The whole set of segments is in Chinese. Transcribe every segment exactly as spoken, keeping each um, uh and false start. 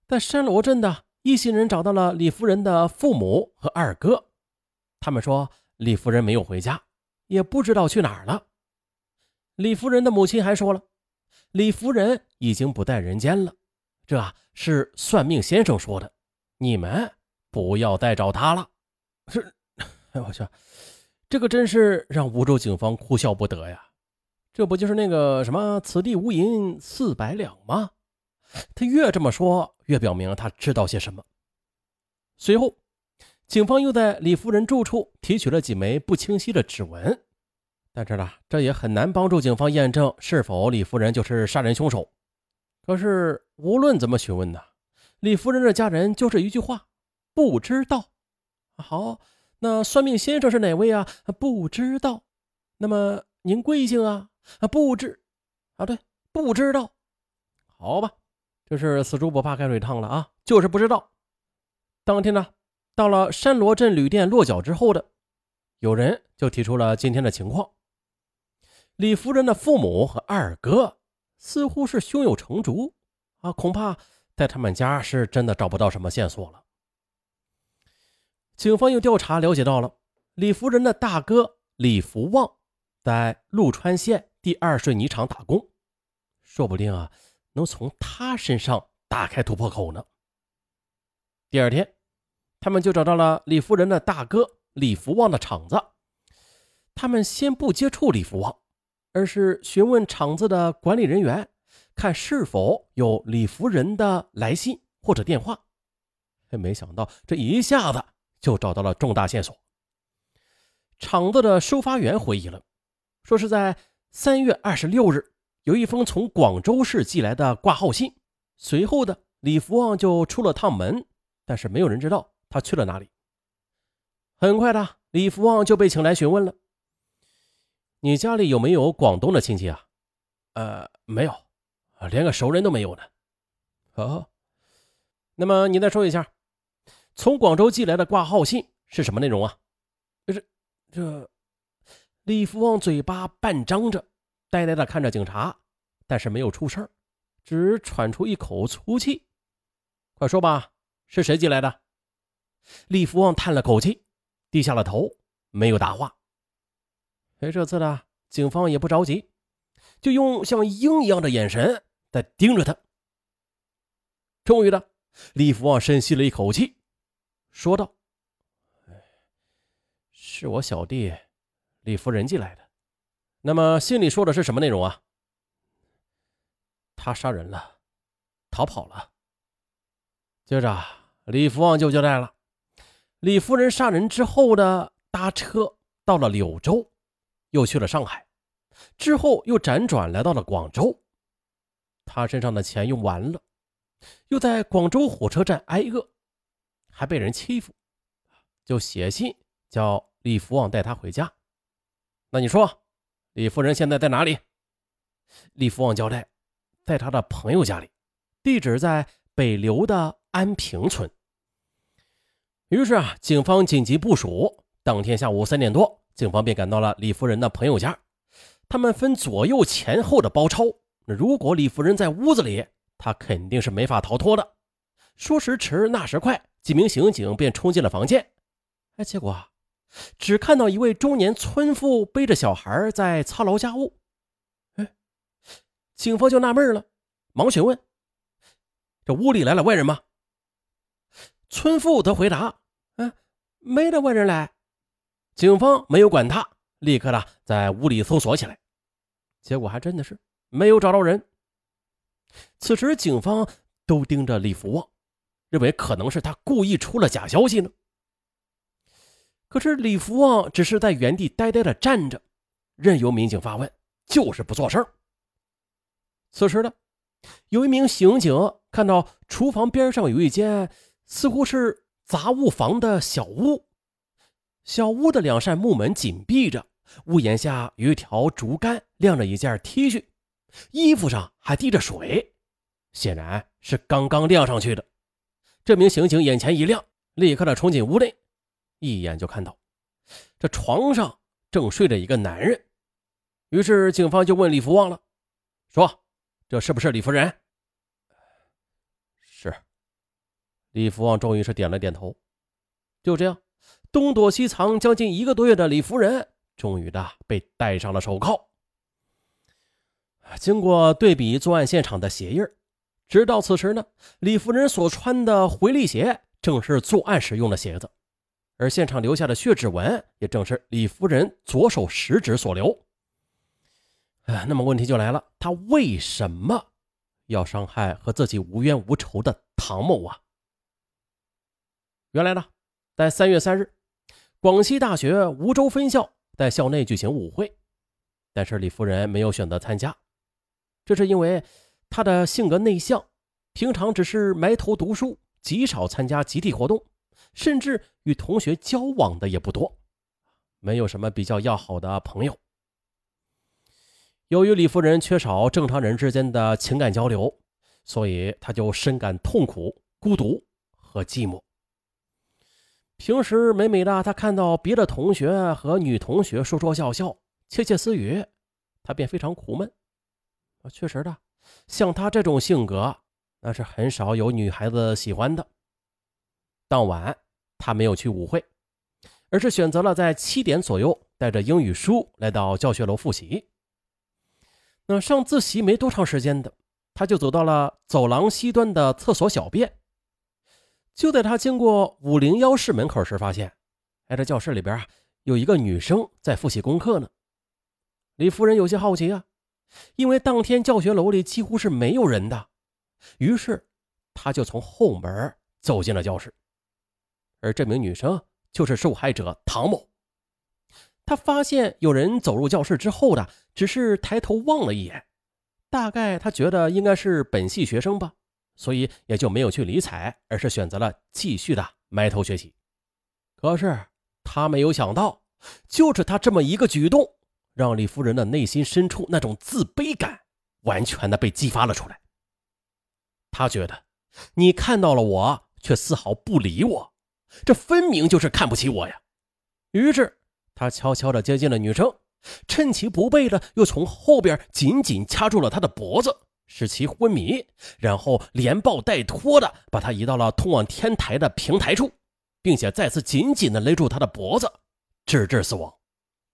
在山罗镇的一行人找到了李夫人的父母和二哥，他们说李夫人没有回家，也不知道去哪儿了。李夫人的母亲还说了，李夫人已经不在人间了，这是算命先生说的，你们不要再找她了。是，哎我去，这个真是让梧州警方哭笑不得呀。这不就是那个什么此地无银四百两吗？他越这么说，越表明他知道些什么。随后，警方又在李夫人住处提取了几枚不清晰的指纹，但是呢，这也很难帮助警方验证是否李夫人就是杀人凶手。可是无论怎么询问呢，李夫人的家人就是一句话，不知道。好，那算命先生是哪位啊？不知道。那么您贵姓啊？不知啊，对，不知道。好吧，这是死猪不怕开水烫了啊，就是不知道。当天呢，到了山罗镇旅店落脚之后的，有人就提出了今天的情况。李夫人的父母和二哥似乎是胸有成竹啊，恐怕在他们家是真的找不到什么线索了。警方又调查了解到了李夫人的大哥李福旺在陆川县第二水泥厂打工，说不定啊能从他身上打开突破口呢。第二天，他们就找到了李夫人的大哥李福旺的厂子。他们先不接触李福旺，而是询问厂子的管理人员，看是否有李夫人的来信或者电话。没想到这一下子就找到了重大线索。厂子的收发员回忆了，说是在三月二十六日有一封从广州市寄来的挂号信，随后的李福旺就出了趟门，但是没有人知道他去了哪里。很快的，李福旺就被请来询问了，你家里有没有广东的亲戚啊？呃，没有，连个熟人都没有呢。哦，那么你再说一下，从广州寄来的挂号信是什么内容啊？这这李福旺嘴巴半张着，呆呆地看着警察，但是没有出声，只喘出一口粗气。快说吧，是谁寄来的？李福旺叹了口气，低下了头，没有答话。哎，这次呢，警方也不着急，就用像鹰一样的眼神在盯着他。终于的，李福旺深吸了一口气，说道：是我小弟李夫人寄来的。那么信里说的是什么内容啊？他杀人了，逃跑了。接着李福旺就交代了，李夫人杀人之后的搭车到了柳州，又去了上海，之后又辗转来到了广州。他身上的钱用完了，又在广州火车站挨饿，还被人欺负，就写信叫李福旺带他回家。那你说李夫人现在在哪里？李福旺交代，在他的朋友家里，地址在北流的安平村。于是啊，警方紧急部署，当天下午三点多，警方便赶到了李夫人的朋友家。他们分左右前后的包抄，如果李夫人在屋子里，她肯定是没法逃脱的。说时迟那时快，几名刑警便冲进了房间。哎，结果只看到一位中年村妇背着小孩在操劳家务。哎，警方就纳闷了，忙询问：这屋里来了外人吗？村妇则回答：嗯，没的外人来。警方没有管他，立刻的在屋里搜索起来。结果还真的是没有找到人。此时警方都盯着李福旺，认为可能是他故意出了假消息呢。可是李福旺只是在原地呆呆地站着，任由民警发问，就是不作声。此时呢，有一名刑警看到厨房边上有一间似乎是杂物房的小屋，小屋的两扇木门紧闭着，屋檐下有一条竹竿晾着一件 T 恤，衣服上还滴着水，显然是刚刚晾上去的。这名刑警眼前一亮，立刻的冲进屋内，一眼就看到这床上正睡着一个男人。于是警方就问李福旺了，说这是不是李夫人？是， 李福旺终于是点了点头。就这样，东躲西藏将近一个多月的李夫人终于的被戴上了手铐。经过对比作案现场的鞋印，直到此时呢，李夫人所穿的回力鞋正是作案时用的鞋子，而现场留下的血指纹也正是李夫人左手食指所留。那么问题就来了，他为什么要伤害和自己无冤无仇的唐某啊？原来呢，在三月三日，广西大学梧州分校在校内举行舞会，但是李夫人没有选择参加，这是因为她的性格内向，平常只是埋头读书，极少参加集体活动，甚至与同学交往的也不多，没有什么比较要好的朋友。由于李夫人缺少正常人之间的情感交流，所以她就深感痛苦、孤独和寂寞。平时每每的她看到别的同学和女同学说说笑笑、窃窃私语，她便非常苦闷。确实的，像她这种性格，那是很少有女孩子喜欢的。当晚她没有去舞会，而是选择了在七点左右带着英语书来到教学楼复习。那上自习没多长时间的，他就走到了走廊西端的厕所小便。就在他经过五零一室门口时，发现哎，这教室里边啊有一个女生在复习功课呢。李夫人有些好奇啊，因为当天教学楼里几乎是没有人的，于是他就从后门走进了教室。而这名女生就是受害者唐某。他发现有人走入教室之后的，只是抬头望了一眼，大概他觉得应该是本系学生吧，所以也就没有去理睬，而是选择了继续的埋头学习。可是他没有想到，就是他这么一个举动，让李夫人的内心深处那种自卑感完全的被激发了出来。他觉得你看到了我，却丝毫不理我，这分明就是看不起我呀。于是他悄悄地接近了女生，趁其不备的又从后边紧紧掐住了她的脖子，使其昏迷，然后连抱带拖的把她移到了通往天台的平台处，并且再次紧紧地勒住她的脖子，直至死亡。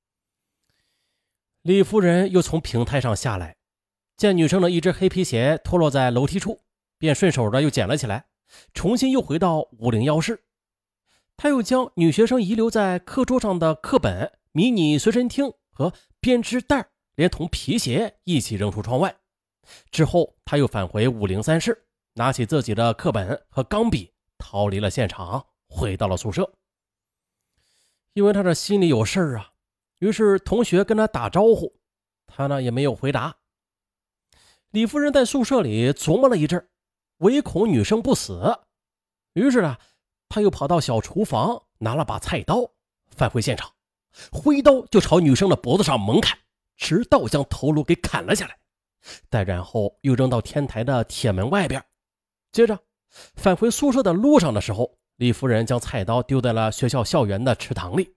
李夫人又从平台上下来，见女生的一只黑皮鞋脱落在楼梯处，便顺手的又捡了起来，重新又回到五零一室。他又将女学生遗留在课桌上的课本、迷你随身听和编织袋连同皮鞋一起扔出窗外。之后他又返回五零三室，拿起自己的课本和钢笔，逃离了现场，回到了宿舍。因为他的心里有事儿啊，于是同学跟他打招呼，他呢也没有回答。李夫人在宿舍里琢磨了一阵，唯恐女生不死，于是呢他又跑到小厨房，拿了把菜刀，返回现场，挥刀就朝女生的脖子上猛砍，直到将头颅给砍了下来，再然后又扔到天台的铁门外边。接着返回宿舍的路上的时候，李夫人将菜刀丢在了学校校园的池塘里。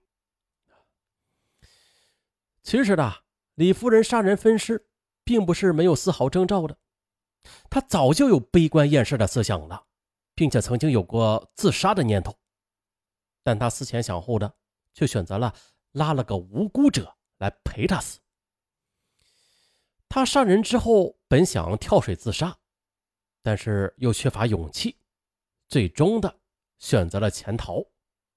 其实呢，李夫人杀人分尸并不是没有丝毫征兆的，她早就有悲观厌世的思想了，并且曾经有过自杀的念头，但他思前想后的，却选择了拉了个无辜者来陪他死。他杀人之后本想跳水自杀，但是又缺乏勇气，最终的选择了潜逃。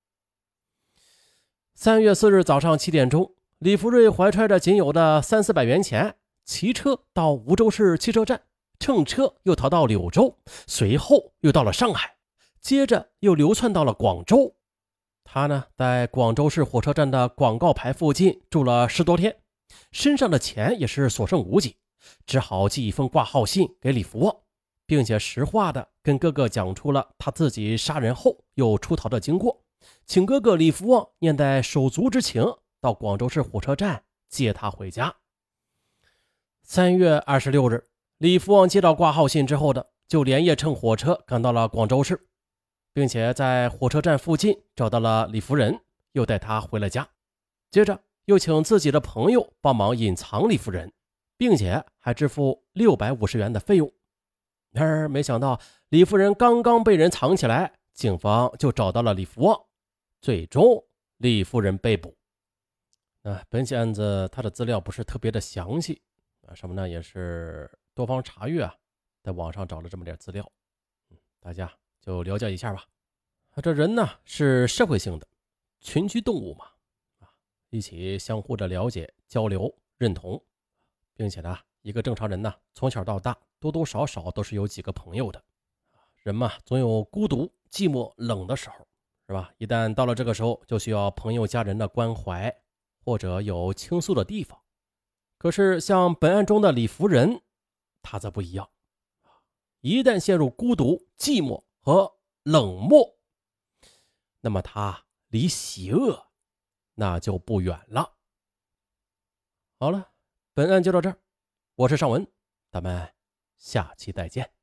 三月四日早上七点钟，李福瑞怀揣着仅有的三四百元钱，骑车到梧州市汽车站，乘车又逃到柳州，随后又到了上海，接着又流窜到了广州。他呢，在广州市火车站的广告牌附近住了十多天，身上的钱也是所剩无几，只好寄一封挂号信给李福旺，并且实话的跟哥哥讲出了他自己杀人后又出逃的经过，请哥哥李福旺念在手足之情，到广州市火车站接他回家。三月二十六日，李福旺接到挂号信之后的，就连夜乘火车赶到了广州市，并且在火车站附近找到了李夫人，又带她回了家。接着又请自己的朋友帮忙隐藏李夫人，并且还支付六百五十元的费用。然而没想到李夫人刚刚被人藏起来， 警方就找到了李福旺，最终李夫人被捕。那本起案子它的资料不是特别的详细啊，什么呢？也是多方查阅啊，在网上找了这么点资料，嗯，大家就了解一下吧。啊，这人呢是社会性的群居动物嘛，啊，一起相互的了解、交流、认同，并且呢，一个正常人呢，从小到大多多少少都是有几个朋友的。人嘛，总有孤独、寂寞、冷的时候，是吧？一旦到了这个时候，就需要朋友、家人的关怀，或者有倾诉的地方。可是像本案中的李福仁，他则不一样，一旦陷入孤独、寂寞和冷漠，那么他离邪恶那就不远了。好了，本案就到这儿，我是尚文，咱们下期再见。